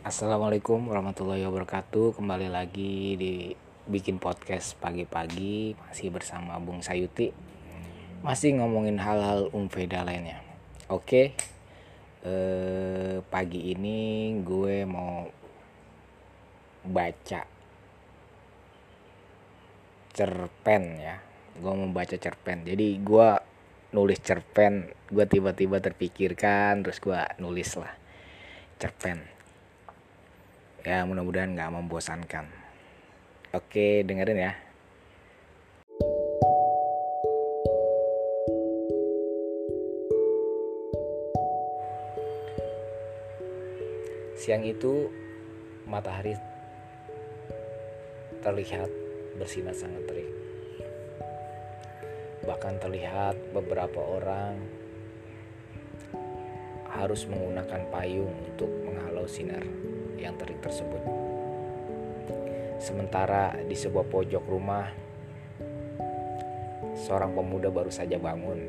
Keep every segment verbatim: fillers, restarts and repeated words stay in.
Assalamualaikum warahmatullahi wabarakatuh. Kembali lagi di bikin podcast pagi-pagi, masih bersama Bung Sayuti. Masih ngomongin hal-hal umveda lainnya. Oke. Eh, pagi ini gue mau baca cerpen ya. Gue mau baca cerpen. Jadi gue nulis cerpen, gue tiba-tiba terpikirkan, terus gue nulis lah cerpen. Ya mudah-mudahan gak membosankan. Oke, dengerin ya. Siang itu matahari terlihat bersinar sangat terik. Bahkan terlihat beberapa orang harus menggunakan payung untuk menghalau sinar yang terik tersebut. Sementara di sebuah pojok rumah, seorang pemuda baru saja bangun.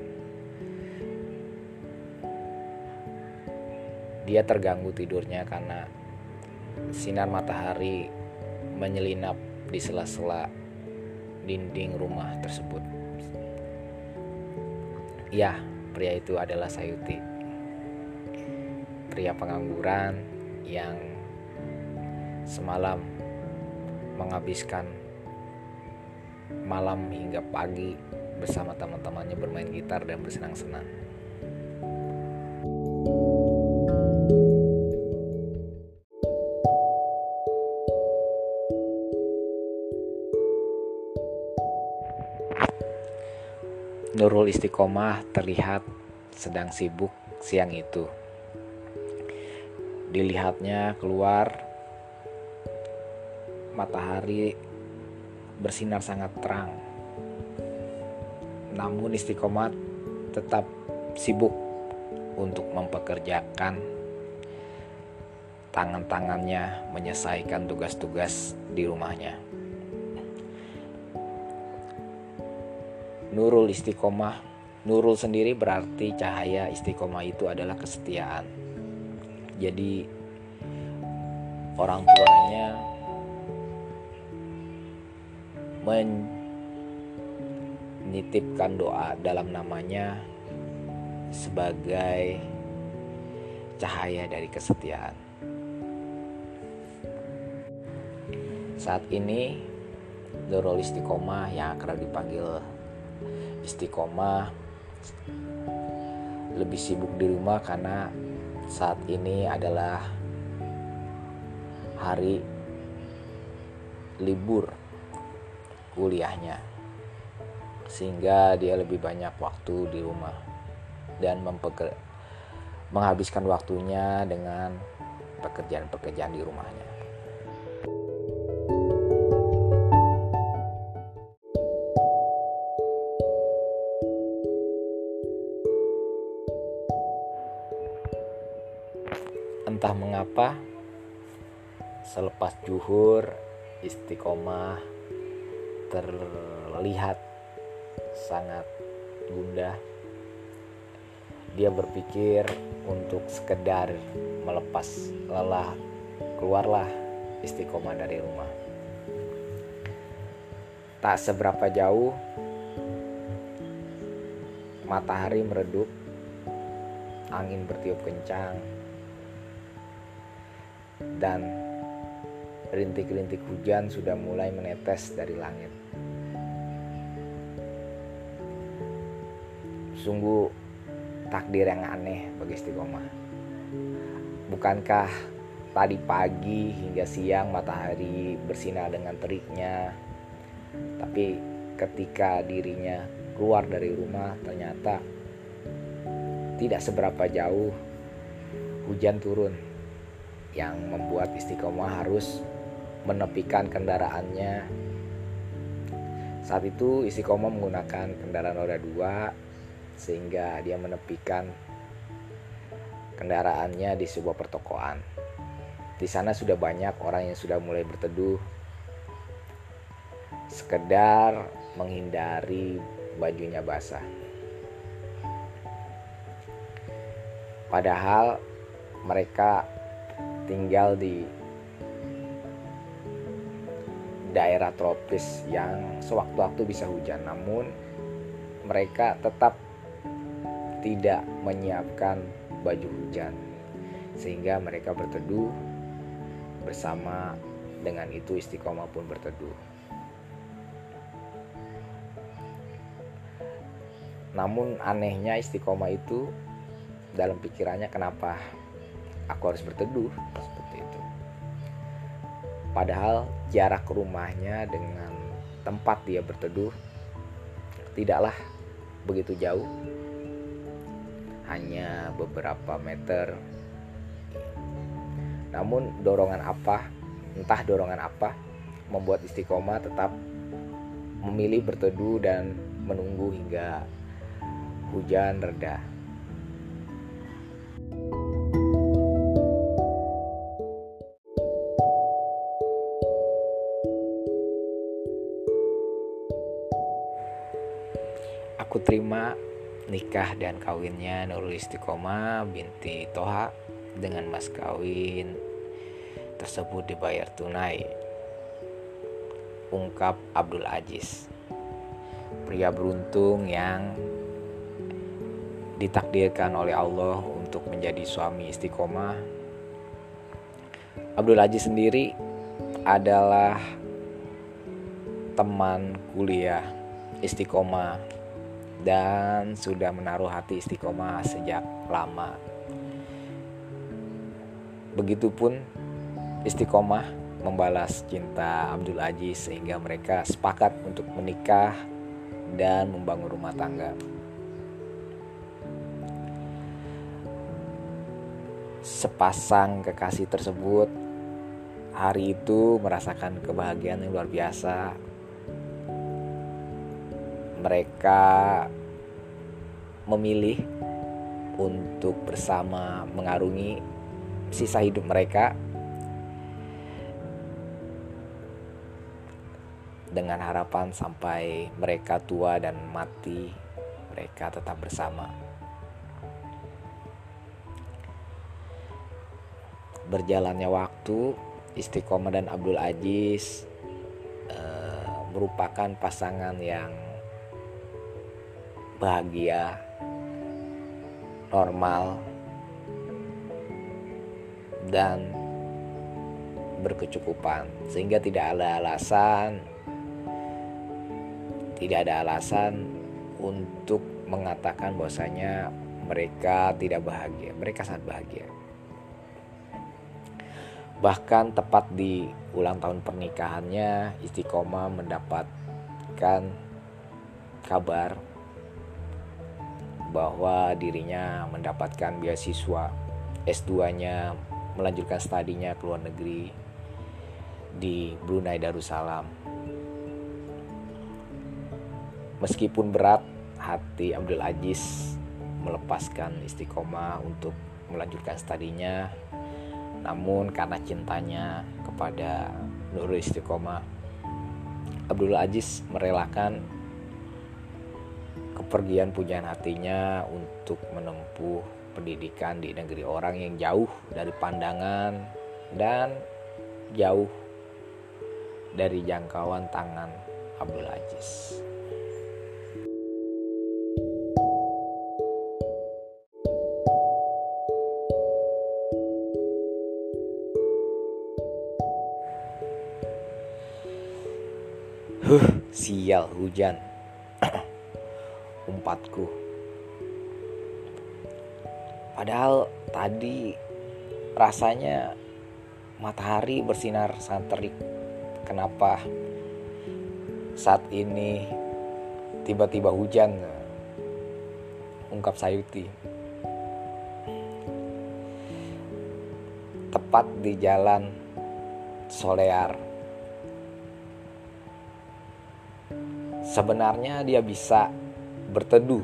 Dia terganggu tidurnya karena sinar matahari menyelinap di sela-sela dinding rumah tersebut. Ya, pria itu adalah Sayuti. Pria pengangguran yang semalam menghabiskan malam hingga pagi bersama teman-temannya bermain gitar dan bersenang-senang. Nurul Istiqomah terlihat sedang sibuk siang itu. Dilihatnya keluar, matahari bersinar sangat terang. Namun Istiqomah tetap sibuk untuk mempekerjakan tangan-tangannya menyelesaikan tugas-tugas di rumahnya. Nurul Istiqomah, Nurul sendiri berarti cahaya, Istiqomah itu adalah kesetiaan. Jadi orang tuanya menitipkan doa dalam namanya sebagai cahaya dari kesetiaan. Saat ini Nurul Istiqomah yang akrab dipanggil Istiqomah lebih sibuk di rumah karena saat ini adalah hari libur kuliahnya, sehingga dia lebih banyak waktu di rumah dan mempeker- menghabiskan waktunya dengan pekerjaan-pekerjaan di rumahnya. Entah mengapa selepas zuhur Istiqomah terlihat sangat gundah. Dia berpikir untuk sekedar melepas lelah. Keluarlah Istiqomah dari rumah. Tak seberapa jauh matahari meredup, angin bertiup kencang, dan rintik-rintik hujan sudah mulai menetes dari langit. Sungguh takdir yang aneh bagi Istiqomah. Bukankah tadi pagi hingga siang matahari bersinar dengan teriknya, tapi ketika dirinya keluar dari rumah ternyata tidak seberapa jauh hujan turun, yang membuat Istiqomah harus menepikan kendaraannya. Saat itu Istiqomah menggunakan kendaraan roda dua, sehingga dia menepikan kendaraannya di sebuah pertokoan. Di sana sudah banyak orang yang sudah mulai berteduh, sekedar menghindari bajunya basah. Padahal mereka tinggal di daerah tropis yang sewaktu-waktu bisa hujan, namun mereka tetap tidak menyiapkan baju hujan, sehingga mereka berteduh bersama. Dengan itu istiqomah pun berteduh. Namun anehnya istiqomah itu dalam pikirannya, kenapa aku harus berteduh seperti itu. Padahal jarak rumahnya dengan tempat dia berteduh tidaklah begitu jauh, hanya beberapa meter. Namun dorongan apa, entah dorongan apa, membuat istiqomah tetap memilih berteduh dan menunggu hingga hujan reda. Aku terima nikah dan kawinnya Nurul Istiqomah binti Toha dengan mas kawin tersebut dibayar tunai, ungkap Abdul Aziz, pria beruntung yang ditakdirkan oleh Allah untuk menjadi suami istiqomah. Abdul Aziz sendiri adalah teman kuliah istiqomah dan sudah menaruh hati istiqomah sejak lama. Begitupun istiqomah membalas cinta Abdul Aziz sehingga mereka sepakat untuk menikah dan membangun rumah tangga. Sepasang kekasih tersebut hari itu merasakan kebahagiaan yang luar biasa. Mereka memilih untuk bersama mengarungi sisa hidup mereka dengan harapan sampai mereka tua dan mati, mereka tetap bersama. Berjalannya waktu, Istiqomah dan Abdul Aziz eh, merupakan pasangan yang bahagia, normal, dan berkecukupan, sehingga tidak ada alasan tidak ada alasan untuk mengatakan bahwasanya mereka tidak bahagia. Mereka sangat bahagia. Bahkan tepat di ulang tahun pernikahannya, Istiqomah mendapatkan kabar bahwa dirinya mendapatkan beasiswa S dua-nya, melanjutkan studinya ke luar negeri di Brunei Darussalam. Meskipun berat, hati Abdul Aziz melepaskan Istiqomah untuk melanjutkan studinya. Namun karena cintanya kepada Nurul Istiqomah, Abdul Aziz merelakan kepergian pujaan hatinya untuk menempuh pendidikan di negeri orang yang jauh dari pandangan dan jauh dari jangkauan tangan Abdul Aziz. Huh, sial hujan. Umpatku. Padahal tadi rasanya matahari bersinar sangat terik. Kenapa saat ini tiba-tiba hujan? Ungkap Sayuti. Tepat di jalan Solear. Sebenarnya dia bisa berteduh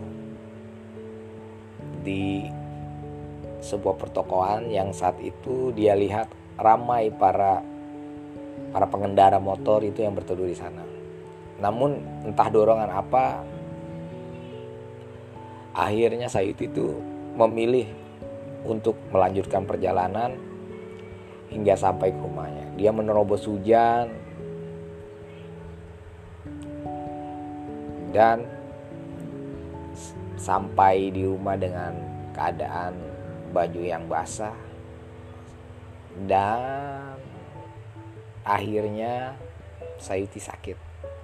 di sebuah pertokoan yang saat itu dia lihat ramai para para pengendara motor itu yang berteduh di sana. Namun entah dorongan apa, akhirnya Sayuti itu memilih untuk melanjutkan perjalanan hingga sampai ke rumahnya. Dia menerobos hujan dan sampai di rumah dengan keadaan baju yang basah, dan akhirnya Sayuti sakit.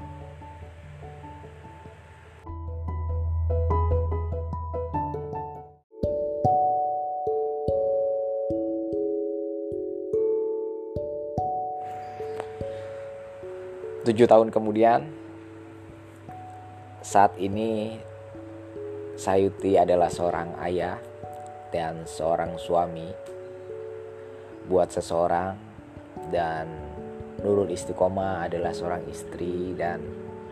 Tujuh tahun kemudian, saat ini Sayuti adalah seorang ayah dan seorang suami buat seseorang, dan Nurul Istiqomah adalah seorang istri, dan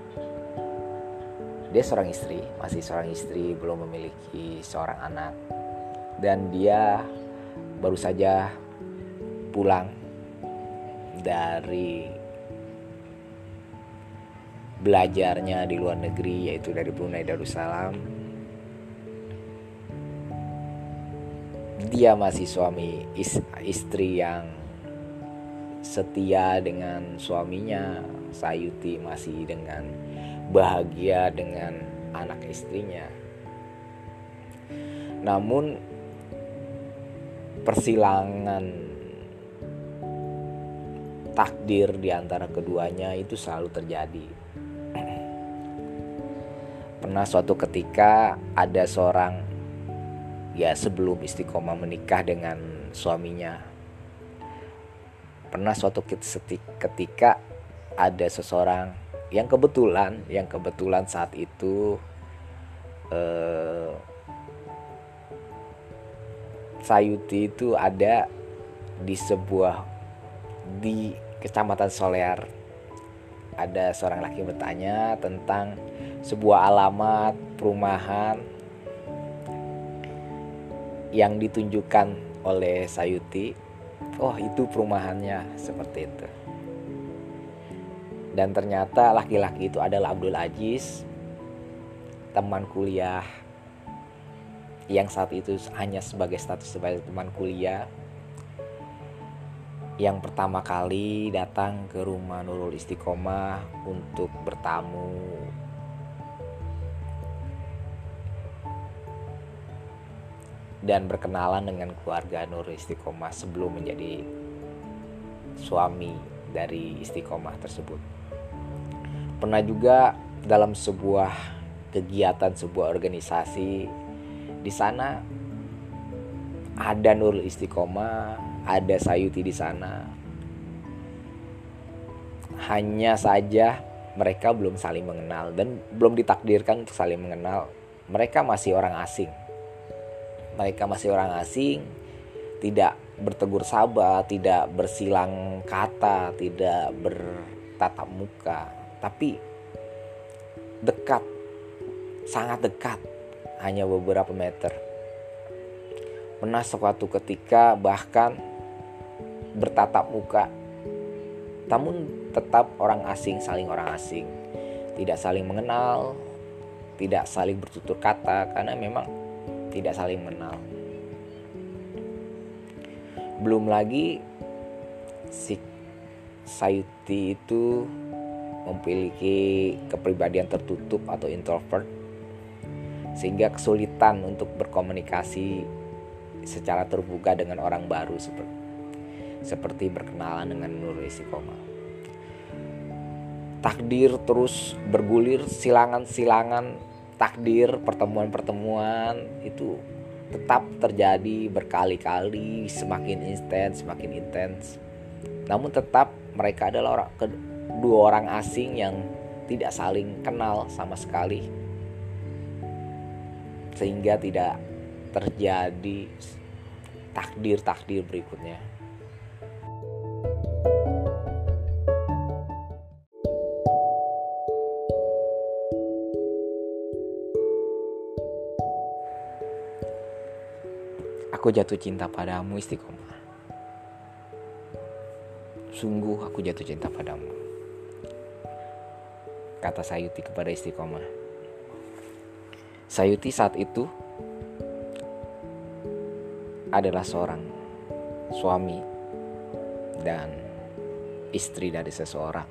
dia seorang istri, masih seorang istri, belum memiliki seorang anak, dan dia baru saja pulang dari belajarnya di luar negeri, yaitu dari Brunei Darussalam. Dia masih suami istri yang setia dengan suaminya. Sayuti masih dengan bahagia dengan anak istrinya. Namun persilangan takdir di antara keduanya itu selalu terjadi. Pernah suatu ketika ada seorang, ya sebelum Istiqomah menikah dengan suaminya, pernah suatu ketika ada seseorang yang kebetulan yang kebetulan saat itu eh, Sayuti itu ada di sebuah di Kecamatan Solear. Ada seorang laki bertanya tentang sebuah alamat perumahan yang ditunjukkan oleh Sayuti. Oh, itu perumahannya, seperti itu. Dan ternyata laki-laki itu adalah Abdul Aziz, teman kuliah yang saat itu hanya sebagai status sebagai teman kuliah, yang pertama kali datang ke rumah Nurul Istiqomah untuk bertamu dan berkenalan dengan keluarga Nurul Istiqomah sebelum menjadi suami dari Istiqomah tersebut. Pernah juga dalam sebuah kegiatan, sebuah organisasi, di sana ada Nurul Istiqomah, ada Sayuti di sana. Hanya saja mereka belum saling mengenal dan belum ditakdirkan untuk saling mengenal. Mereka masih orang asing. Mereka masih orang asing, tidak bertegur sapa, tidak bersilang kata, tidak bertatap muka, tapi dekat, sangat dekat, hanya beberapa meter. Pernah suatu ketika bahkan bertatap muka, namun tetap orang asing, saling orang asing, tidak saling mengenal, tidak saling bertutur kata, karena memang tidak saling mengenal. Belum lagi si Sayuti itu memiliki kepribadian tertutup atau introvert, sehingga kesulitan untuk berkomunikasi secara terbuka dengan orang baru, seperti seperti berkenalan dengan Nurul Istiqomah. Takdir terus bergulir, silangan-silangan takdir, pertemuan-pertemuan itu tetap terjadi berkali-kali, semakin intens, semakin intens. Namun tetap mereka adalah orang, kedua orang asing yang tidak saling kenal sama sekali, sehingga tidak terjadi takdir-takdir berikutnya. Aku jatuh cinta padamu, Istiqomah. Sungguh aku jatuh cinta padamu, kata Sayuti kepada Istiqomah. Sayuti saat itu adalah seorang suami dan istri dari seseorang.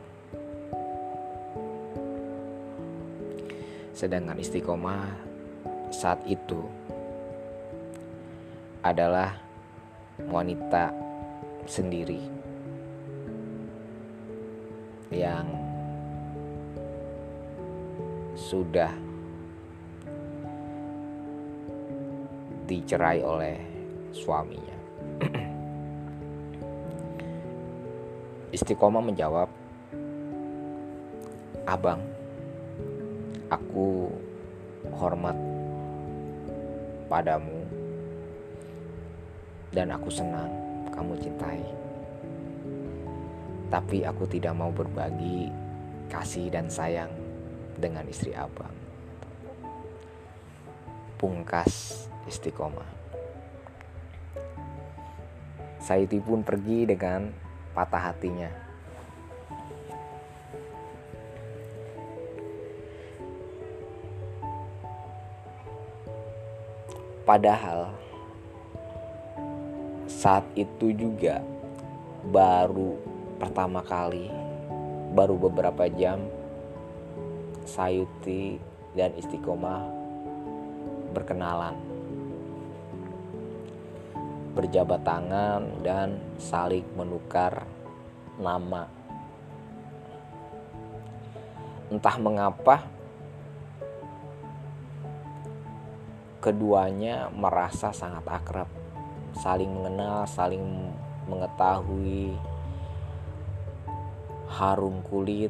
Sedangkan istiqomah saat itu adalah wanita sendiri yang sudah dicerai oleh suaminya. Istiqomah menjawab, "Abang, aku hormat padamu dan aku senang kamu cintai. Tapi aku tidak mau berbagi kasih dan sayang dengan istri abang." Pungkas istiqomah. Saiti pun pergi dengan patah hatinya. Padahal saat itu juga baru pertama kali, baru beberapa jam Sayuti dan Istiqomah berkenalan, berjabat tangan dan saling menukar nama. Entah mengapa keduanya merasa sangat akrab, saling mengenal, saling mengetahui harum kulit,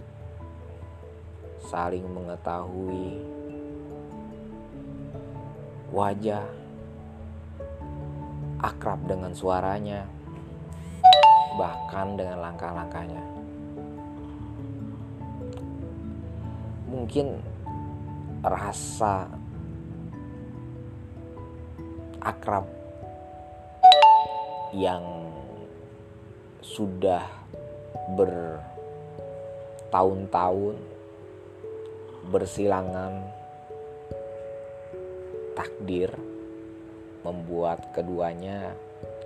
saling mengetahui wajah, akrab dengan suaranya, bahkan dengan langkah-langkahnya. Mungkin rasa akrab yang sudah bertahun-tahun bersilangan takdir membuat keduanya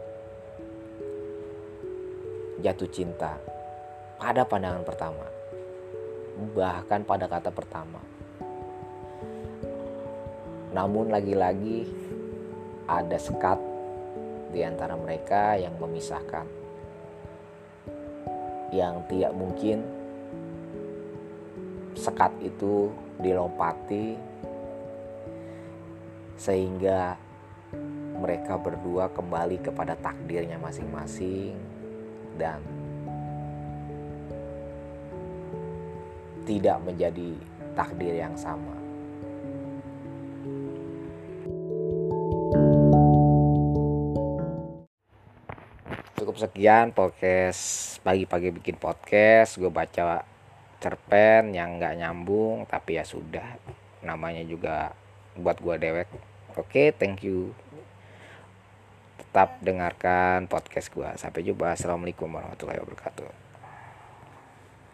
jatuh cinta pada pandangan pertama, bahkan pada kata pertama. Namun lagi-lagi ada sekat di antara mereka yang memisahkan, yang tidak mungkin sekat itu dilompati sehingga mereka berdua kembali kepada takdirnya masing-masing dan tidak menjadi takdir yang sama. Cukup sekian podcast pagi-pagi bikin podcast. Gue baca cerpen yang gak nyambung, tapi ya sudah, namanya juga buat gue dewek. Oke, thank you. Tetap dengarkan podcast gue. Sampai jumpa. Assalamualaikum warahmatullahi wabarakatuh.